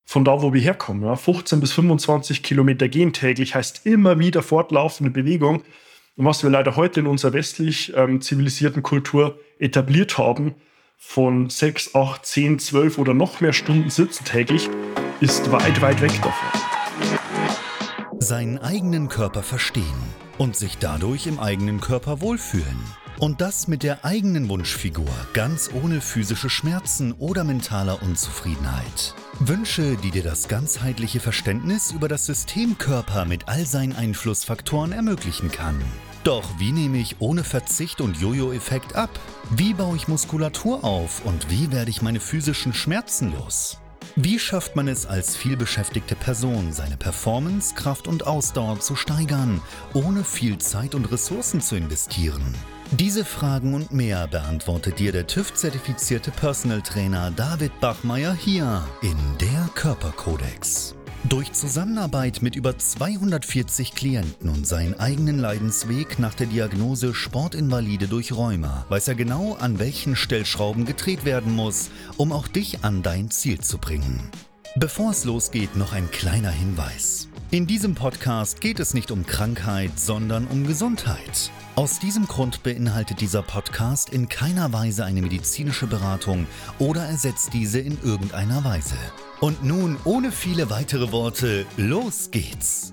von da, wo wir herkommen. Ja. 15 bis 25 Kilometer gehen täglich heißt immer wieder fortlaufende Bewegung. Und was wir leider heute in unserer westlich zivilisierten Kultur etabliert haben, von 6, 8, 10, 12 oder noch mehr Stunden Sitzen täglich, ist weit, weit weg davon. Seinen eigenen Körper verstehen und sich dadurch im eigenen Körper wohlfühlen. Und das mit der eigenen Wunschfigur, ganz ohne physische Schmerzen oder mentaler Unzufriedenheit. Wünsche, die dir das ganzheitliche Verständnis über das System Körper mit all seinen Einflussfaktoren ermöglichen kann. Doch wie nehme ich ohne Verzicht und Jojo-Effekt ab? Wie baue ich Muskulatur auf und wie werde ich meine physischen Schmerzen los? Wie schafft man es als vielbeschäftigte Person, seine Performance, Kraft und Ausdauer zu steigern, ohne viel Zeit und Ressourcen zu investieren? Diese Fragen und mehr beantwortet dir der TÜV-zertifizierte Personal Trainer David Bachmeier hier in der Körperkodex. Durch Zusammenarbeit mit über 240 Klienten und seinen eigenen Leidensweg nach der Diagnose Sportinvalide durch Rheuma weiß er genau, an welchen Stellschrauben gedreht werden muss, um auch dich an dein Ziel zu bringen. Bevor es losgeht, noch ein kleiner Hinweis. In diesem Podcast geht es nicht um Krankheit, sondern um Gesundheit. Aus diesem Grund beinhaltet dieser Podcast in keiner Weise eine medizinische Beratung oder ersetzt diese in irgendeiner Weise. Und nun, ohne viele weitere Worte, los geht's!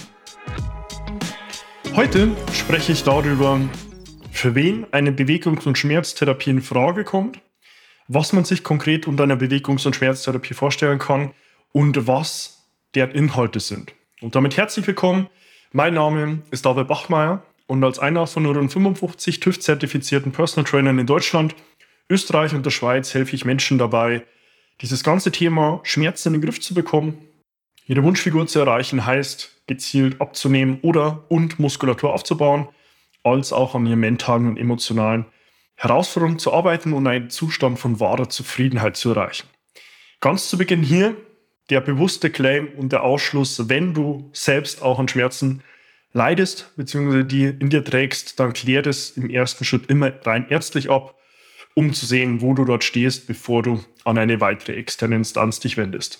Heute spreche ich darüber, für wen eine Bewegungs- und Schmerztherapie in Frage kommt, was man sich konkret unter einer Bewegungs- und Schmerztherapie vorstellen kann und was deren Inhalte sind. Und damit herzlich willkommen. Mein Name ist David Bachmeier und als einer von nur rund 55 TÜV-zertifizierten Personal Trainern in Deutschland, Österreich und der Schweiz helfe ich Menschen dabei, dieses ganze Thema Schmerzen in den Griff zu bekommen, ihre Wunschfigur zu erreichen, heißt gezielt abzunehmen und Muskulatur aufzubauen, als auch an ihren mentalen und emotionalen Herausforderungen zu arbeiten und einen Zustand von wahrer Zufriedenheit zu erreichen. Ganz zu Beginn hier der bewusste Claim und der Ausschluss: wenn du selbst auch an Schmerzen leidest bzw. die in dir trägst, dann klär das im ersten Schritt immer rein ärztlich ab, um zu sehen, wo du dort stehst, bevor du an eine weitere externe Instanz dich wendest.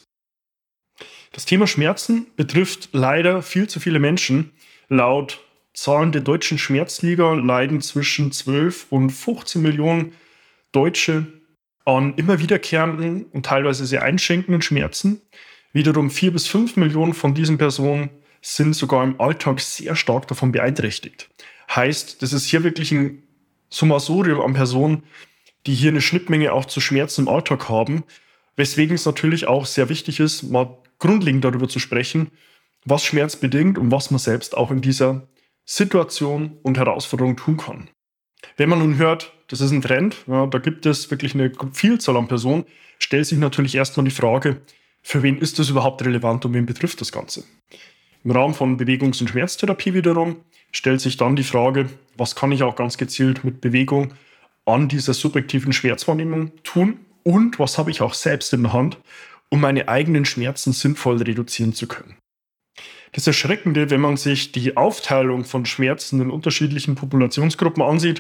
Das Thema Schmerzen betrifft leider viel zu viele Menschen. Laut Zahlen der Deutschen Schmerzliga leiden zwischen 12 und 15 Millionen Deutsche an immer wiederkehrenden und teilweise sehr einschränkenden Schmerzen. Wiederum 4 bis 5 Millionen von diesen Personen sind sogar im Alltag sehr stark davon beeinträchtigt. Heißt, das ist hier wirklich ein Summasorium an Personen, die hier eine Schnittmenge auch zu Schmerzen im Alltag haben, weswegen es natürlich auch sehr wichtig ist, mal grundlegend darüber zu sprechen, was Schmerz bedingt und was man selbst auch in dieser Situation und Herausforderung tun kann. Wenn man nun hört, das ist ein Trend, ja, da gibt es wirklich eine Vielzahl an Personen, stellt sich natürlich erstmal die Frage, für wen ist das überhaupt relevant und wen betrifft das Ganze? Im Rahmen von Bewegungs- und Schmerztherapie wiederum stellt sich dann die Frage, was kann ich auch ganz gezielt mit Bewegung an dieser subjektiven Schmerzwahrnehmung tun und was habe ich auch selbst in der Hand, um meine eigenen Schmerzen sinnvoll reduzieren zu können. Das Erschreckende, wenn man sich die Aufteilung von Schmerzen in unterschiedlichen Populationsgruppen ansieht,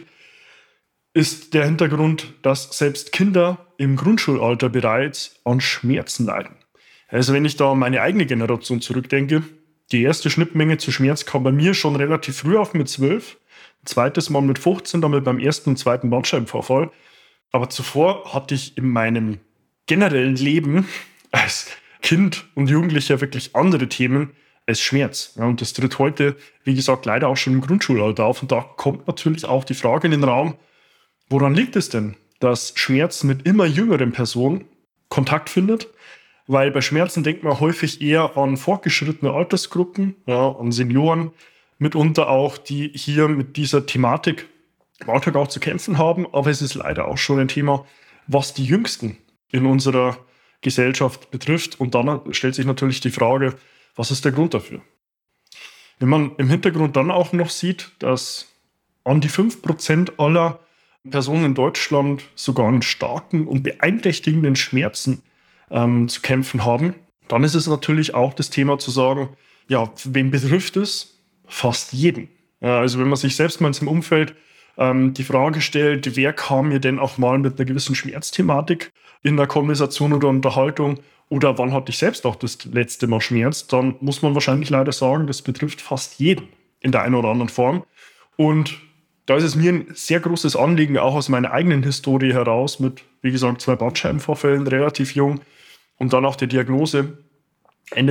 ist der Hintergrund, dass selbst Kinder im Grundschulalter bereits an Schmerzen leiden. Also wenn ich da an meine eigene Generation zurückdenke, die erste Schnittmenge zu Schmerz kam bei mir schon relativ früh auf mit 12, ein zweites Mal mit 15, damit beim ersten und zweiten Bandscheibenvorfall. Aber zuvor hatte ich in meinem generellen Leben als Kind und Jugendlicher wirklich andere Themen als Schmerz. Ja, und das tritt heute, wie gesagt, leider auch schon im Grundschulalter auf. Und da kommt natürlich auch die Frage in den Raum, woran liegt es denn, dass Schmerz mit immer jüngeren Personen Kontakt findet? Weil bei Schmerzen denkt man häufig eher an fortgeschrittene Altersgruppen, ja, an Senioren, mitunter auch, die hier mit dieser Thematik im Alltag auch zu kämpfen haben. Aber es ist leider auch schon ein Thema, was die Jüngsten in unserer Gesellschaft betrifft. Und dann stellt sich natürlich die Frage, was ist der Grund dafür? Wenn man im Hintergrund dann auch noch sieht, dass an die 5% aller Personen in Deutschland sogar an starken und beeinträchtigenden Schmerzen zu kämpfen haben, dann ist es natürlich auch das Thema zu sagen, ja, wen betrifft es? Fast jeden. Also wenn man sich selbst mal in seinem Umfeld die Frage stellt, wer kam mir denn auch mal mit einer gewissen Schmerzthematik in der Konversation oder Unterhaltung oder wann hatte ich selbst auch das letzte Mal Schmerz, dann muss man wahrscheinlich leider sagen, das betrifft fast jeden in der einen oder anderen Form. Und da ist es mir ein sehr großes Anliegen, auch aus meiner eigenen Historie heraus, mit, wie gesagt, 2 Bandscheibenvorfällen, relativ jung, und dann auch der Diagnose Ende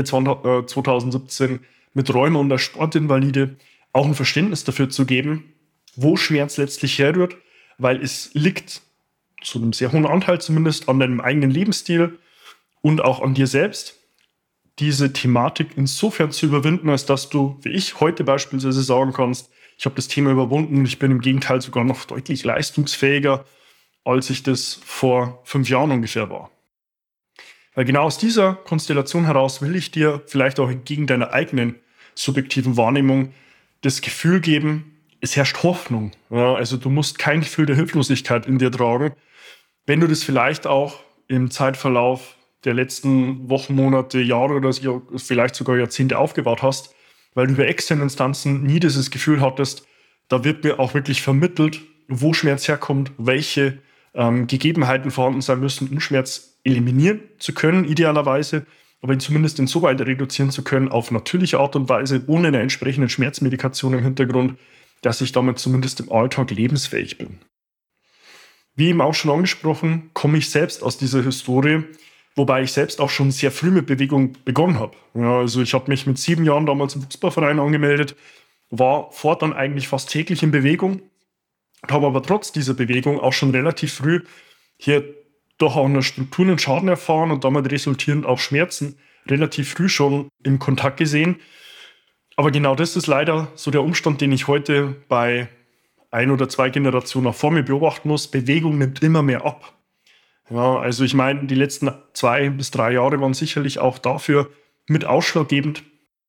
2017 mit Rheuma und der Sportinvalide, auch ein Verständnis dafür zu geben, wo Schmerz letztlich herrührt, weil es liegt zu einem sehr hohen Anteil zumindest an deinem eigenen Lebensstil und auch an dir selbst, diese Thematik insofern zu überwinden, als dass du, wie ich heute beispielsweise sagen kannst, ich habe das Thema überwunden und ich bin im Gegenteil sogar noch deutlich leistungsfähiger, als ich das vor 5 Jahren ungefähr war. Weil genau aus dieser Konstellation heraus will ich dir vielleicht auch entgegen deiner eigenen subjektiven Wahrnehmung das Gefühl geben, es herrscht Hoffnung. Ja, also du musst kein Gefühl der Hilflosigkeit in dir tragen, wenn du das vielleicht auch im Zeitverlauf der letzten Wochen, Monate, Jahre oder vielleicht sogar Jahrzehnte aufgebaut hast, weil du über externe Instanzen nie dieses Gefühl hattest, da wird mir auch wirklich vermittelt, wo Schmerz herkommt, welche Gegebenheiten vorhanden sein müssen, um Schmerz eliminieren zu können, idealerweise, aber ihn zumindest insoweit reduzieren zu können, auf natürliche Art und Weise, ohne eine entsprechende Schmerzmedikation im Hintergrund, dass ich damit zumindest im Alltag lebensfähig bin. Wie eben auch schon angesprochen, komme ich selbst aus dieser Historie, wobei ich selbst auch schon sehr früh mit Bewegung begonnen habe. Ja, also ich habe mich mit 7 Jahren damals im Fußballverein angemeldet, war fortan eigentlich fast täglich in Bewegung, habe aber trotz dieser Bewegung auch schon relativ früh hier doch auch in der Struktur einen Schaden erfahren und damit resultierend auch Schmerzen relativ früh schon im Kontakt gesehen. Aber genau das ist leider so der Umstand, den ich heute bei 1 oder 2 Generationen auch vor mir beobachten muss. Bewegung nimmt immer mehr ab. Ja, also ich meine, die letzten 2 bis 3 Jahre waren sicherlich auch dafür mit ausschlaggebend,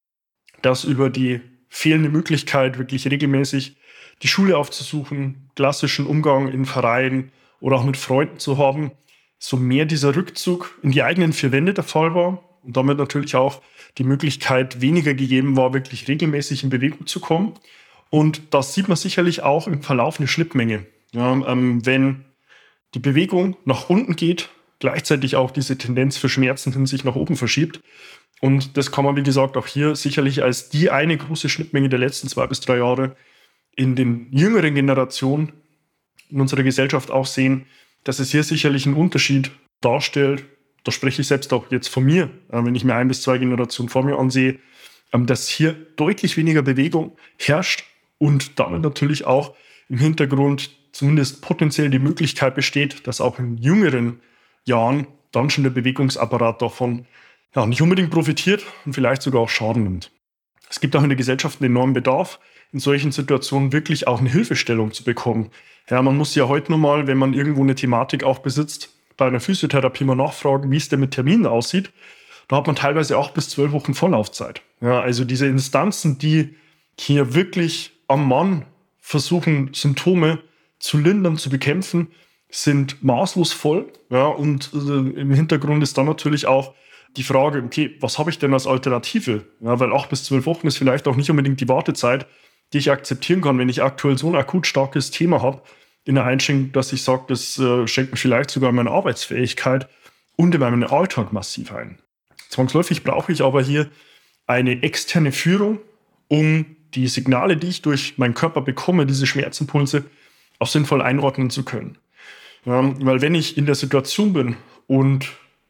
dass über die fehlende Möglichkeit, wirklich regelmäßig die Schule aufzusuchen, klassischen Umgang in Vereinen oder auch mit Freunden zu haben, so mehr dieser Rückzug in die eigenen 4 Wände der Fall war und damit natürlich auch die Möglichkeit weniger gegeben war, wirklich regelmäßig in Bewegung zu kommen. Und das sieht man sicherlich auch im Verlauf eine Schnittmenge. Ja, wenn die Bewegung nach unten geht, gleichzeitig auch diese Tendenz für Schmerzen hin sich nach oben verschiebt. Und das kann man, wie gesagt, auch hier sicherlich als die eine große Schnittmenge der letzten 2 bis 3 Jahre in den jüngeren Generationen in unserer Gesellschaft auch sehen, dass es hier sicherlich einen Unterschied darstellt. Da spreche ich selbst auch jetzt von mir, wenn ich mir 1 bis 2 Generationen vor mir ansehe, dass hier deutlich weniger Bewegung herrscht und damit natürlich auch im Hintergrund zumindest potenziell die Möglichkeit besteht, dass auch in jüngeren Jahren dann schon der Bewegungsapparat davon nicht unbedingt profitiert und vielleicht sogar auch Schaden nimmt. Es gibt auch in der Gesellschaft einen enormen Bedarf, in solchen Situationen wirklich auch eine Hilfestellung zu bekommen. Ja, man muss ja heute nochmal, wenn man irgendwo eine Thematik auch besitzt, bei einer Physiotherapie mal nachfragen, wie es denn mit Terminen aussieht. Da hat man teilweise 8 bis 12 Wochen Vorlaufzeit. Ja, also diese Instanzen, die hier wirklich am Mann versuchen, Symptome zu lindern, zu bekämpfen, sind maßlos voll. Ja, und im Hintergrund ist dann natürlich auch die Frage, okay, was habe ich denn als Alternative? Ja, weil 8 bis 12 Wochen ist vielleicht auch nicht unbedingt die Wartezeit, die ich akzeptieren kann, wenn ich aktuell so ein akut starkes Thema habe in der Einschränkung, dass ich sage, das schränkt mich vielleicht sogar meine Arbeitsfähigkeit und in meinen Alltag massiv ein. Zwangsläufig brauche ich aber hier eine externe Führung, um die Signale, die ich durch meinen Körper bekomme, diese Schmerzimpulse, auch sinnvoll einordnen zu können. Ja, weil wenn ich in der Situation bin und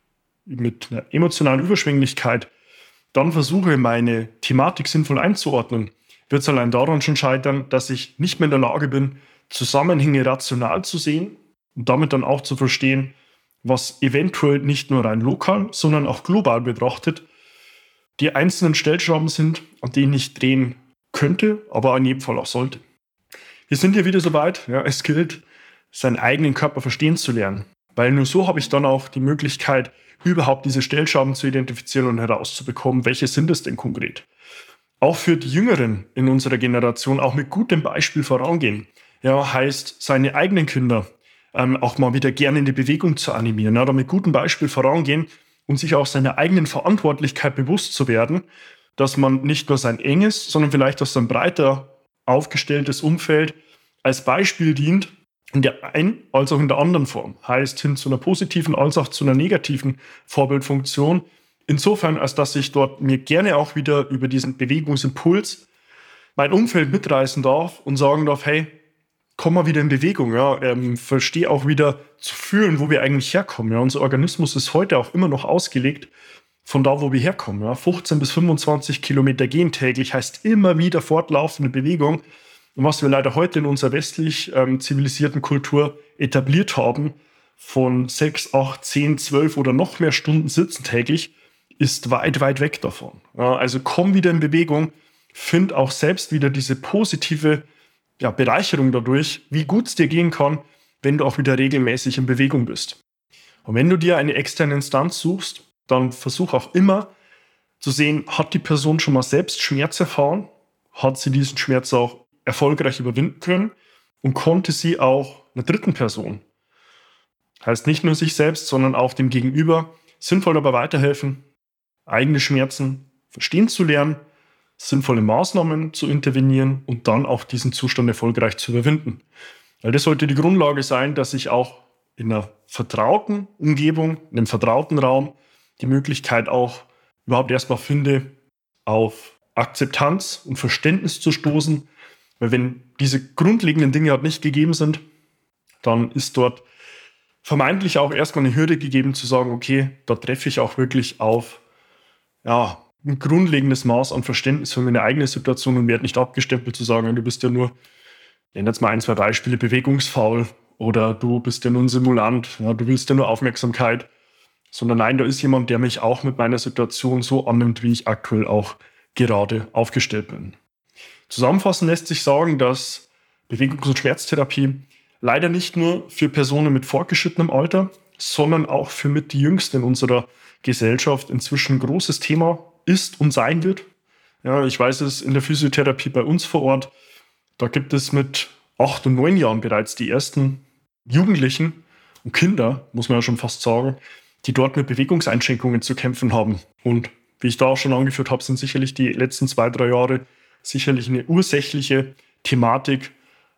mit einer emotionalen Überschwänglichkeit dann versuche, meine Thematik sinnvoll einzuordnen, wird es allein daran schon scheitern, dass ich nicht mehr in der Lage bin, Zusammenhänge rational zu sehen und damit dann auch zu verstehen, was eventuell nicht nur rein lokal, sondern auch global betrachtet die einzelnen Stellschrauben sind, an denen ich drehen könnte, aber in jedem Fall auch sollte. Wir sind hier wieder soweit, ja, es gilt, seinen eigenen Körper verstehen zu lernen, weil nur so habe ich dann auch die Möglichkeit, überhaupt diese Stellschrauben zu identifizieren und herauszubekommen, welche sind es denn konkret. Auch für die Jüngeren in unserer Generation auch mit gutem Beispiel vorangehen. Ja, heißt, seine eigenen Kinder auch mal wieder gerne in die Bewegung zu animieren, ja, da mit gutem Beispiel vorangehen und sich auch seiner eigenen Verantwortlichkeit bewusst zu werden, dass man nicht nur sein enges, sondern vielleicht auch sein breiter aufgestelltes Umfeld als Beispiel dient, in der einen als auch in der anderen Form. Heißt hin zu einer positiven als auch zu einer negativen Vorbildfunktion. Insofern, als dass ich dort mir gerne auch wieder über diesen Bewegungsimpuls mein Umfeld mitreißen darf und sagen darf, hey, komm mal wieder in Bewegung, ja, verstehe auch wieder zu fühlen, wo wir eigentlich herkommen. Ja. Unser Organismus ist heute auch immer noch ausgelegt von da, wo wir herkommen. Ja. 15 bis 25 Kilometer gehen täglich heißt immer wieder fortlaufende Bewegung. Und was wir leider heute in unserer westlich zivilisierten Kultur etabliert haben, von 6, 8, 10, 12 oder noch mehr Stunden Sitzen täglich, ist weit, weit weg davon. Ja, also komm wieder in Bewegung, find auch selbst wieder diese positive Bereicherung dadurch, wie gut es dir gehen kann, wenn du auch wieder regelmäßig in Bewegung bist. Und wenn du dir eine externe Instanz suchst, dann versuch auch immer zu sehen, hat die Person schon mal selbst Schmerz erfahren, hat sie diesen Schmerz auch erfolgreich überwinden können und konnte sie auch einer dritten Person, heißt nicht nur sich selbst, sondern auch dem Gegenüber, sinnvoll dabei weiterhelfen, eigene Schmerzen verstehen zu lernen, sinnvolle Maßnahmen zu intervenieren und dann auch diesen Zustand erfolgreich zu überwinden. Weil das sollte die Grundlage sein, dass ich auch in einer vertrauten Umgebung, in einem vertrauten Raum die Möglichkeit auch überhaupt erstmal finde, auf Akzeptanz und Verständnis zu stoßen. Weil wenn diese grundlegenden Dinge halt nicht gegeben sind, dann ist dort vermeintlich auch erstmal eine Hürde gegeben zu sagen, okay, da treffe ich auch wirklich auf ein grundlegendes Maß an Verständnis für meine eigene Situation und werde nicht abgestempelt zu sagen, du bist ja nur, ich nenne jetzt mal 1, 2 Beispiele, bewegungsfaul oder du bist ja nur ein Simulant, du willst ja nur Aufmerksamkeit, sondern nein, da ist jemand, der mich auch mit meiner Situation so annimmt, wie ich aktuell auch gerade aufgestellt bin. Zusammenfassend lässt sich sagen, dass Bewegungs- und Schmerztherapie leider nicht nur für Personen mit fortgeschrittenem Alter, sondern auch für mit die Jüngsten in unserer Gesellschaft inzwischen ein großes Thema ist und sein wird. Ja, ich weiß es in der Physiotherapie bei uns vor Ort, da gibt es mit 8 und 9 Jahren bereits die ersten Jugendlichen und Kinder, muss man ja schon fast sagen, die dort mit Bewegungseinschränkungen zu kämpfen haben. Und wie ich da auch schon angeführt habe, sind sicherlich die letzten 2, 3 Jahre sicherlich eine ursächliche Thematik,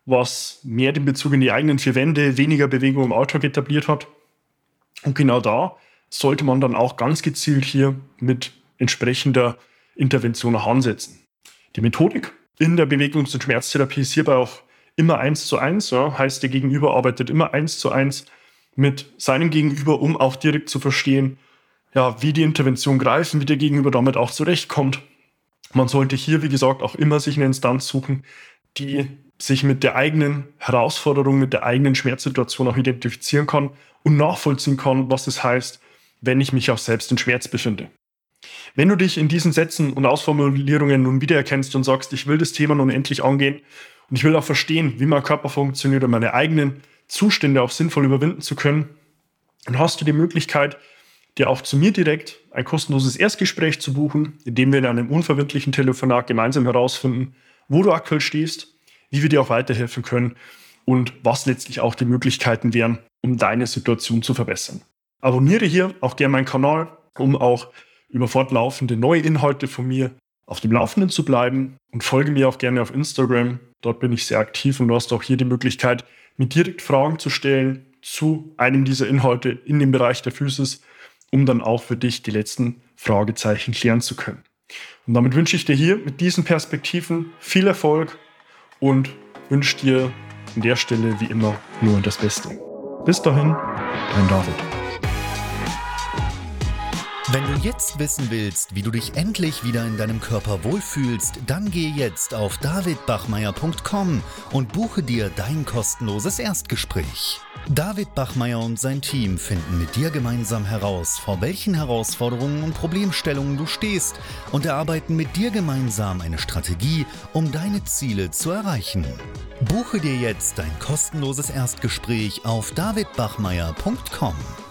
was mehr den Bezug in die eigenen 4 Wände, weniger Bewegung im Alltag etabliert hat. Und genau da sollte man dann auch ganz gezielt hier mit entsprechender Intervention ansetzen. Die Methodik in der Bewegungs- und Schmerztherapie ist hierbei auch immer 1:1, heißt, der Gegenüber arbeitet immer 1:1 mit seinem Gegenüber, um auch direkt zu verstehen, wie die Intervention greift, wie der Gegenüber damit auch zurechtkommt. Man sollte hier, wie gesagt, auch immer sich eine Instanz suchen, die sich mit der eigenen Herausforderung, mit der eigenen Schmerzsituation auch identifizieren kann und nachvollziehen kann, was es heißt, wenn ich mich auch selbst in Schmerz befinde. Wenn du dich in diesen Sätzen und Ausformulierungen nun wiedererkennst und sagst, ich will das Thema nun endlich angehen und ich will auch verstehen, wie mein Körper funktioniert und meine eigenen Zustände auch sinnvoll überwinden zu können, dann hast du die Möglichkeit, dir auch zu mir direkt ein kostenloses Erstgespräch zu buchen, in dem wir in einem unverbindlichen Telefonat gemeinsam herausfinden, wo du aktuell stehst, wie wir dir auch weiterhelfen können und was letztlich auch die Möglichkeiten wären, um deine Situation zu verbessern. Abonniere hier auch gerne meinen Kanal, um auch über fortlaufende neue Inhalte von mir auf dem Laufenden zu bleiben und folge mir auch gerne auf Instagram. Dort bin ich sehr aktiv und du hast auch hier die Möglichkeit, mir direkt Fragen zu stellen zu einem dieser Inhalte in dem Bereich der Physis, um dann auch für dich die letzten Fragezeichen klären zu können. Und damit wünsche ich dir hier mit diesen Perspektiven viel Erfolg und wünsche dir an der Stelle wie immer nur das Beste. Bis dahin, dein David. Wenn du jetzt wissen willst, wie du dich endlich wieder in deinem Körper wohlfühlst, dann geh jetzt auf davidbachmeier.com und buche dir dein kostenloses Erstgespräch. David Bachmeier und sein Team finden mit dir gemeinsam heraus, vor welchen Herausforderungen und Problemstellungen du stehst und erarbeiten mit dir gemeinsam eine Strategie, um deine Ziele zu erreichen. Buche dir jetzt dein kostenloses Erstgespräch auf davidbachmeier.com.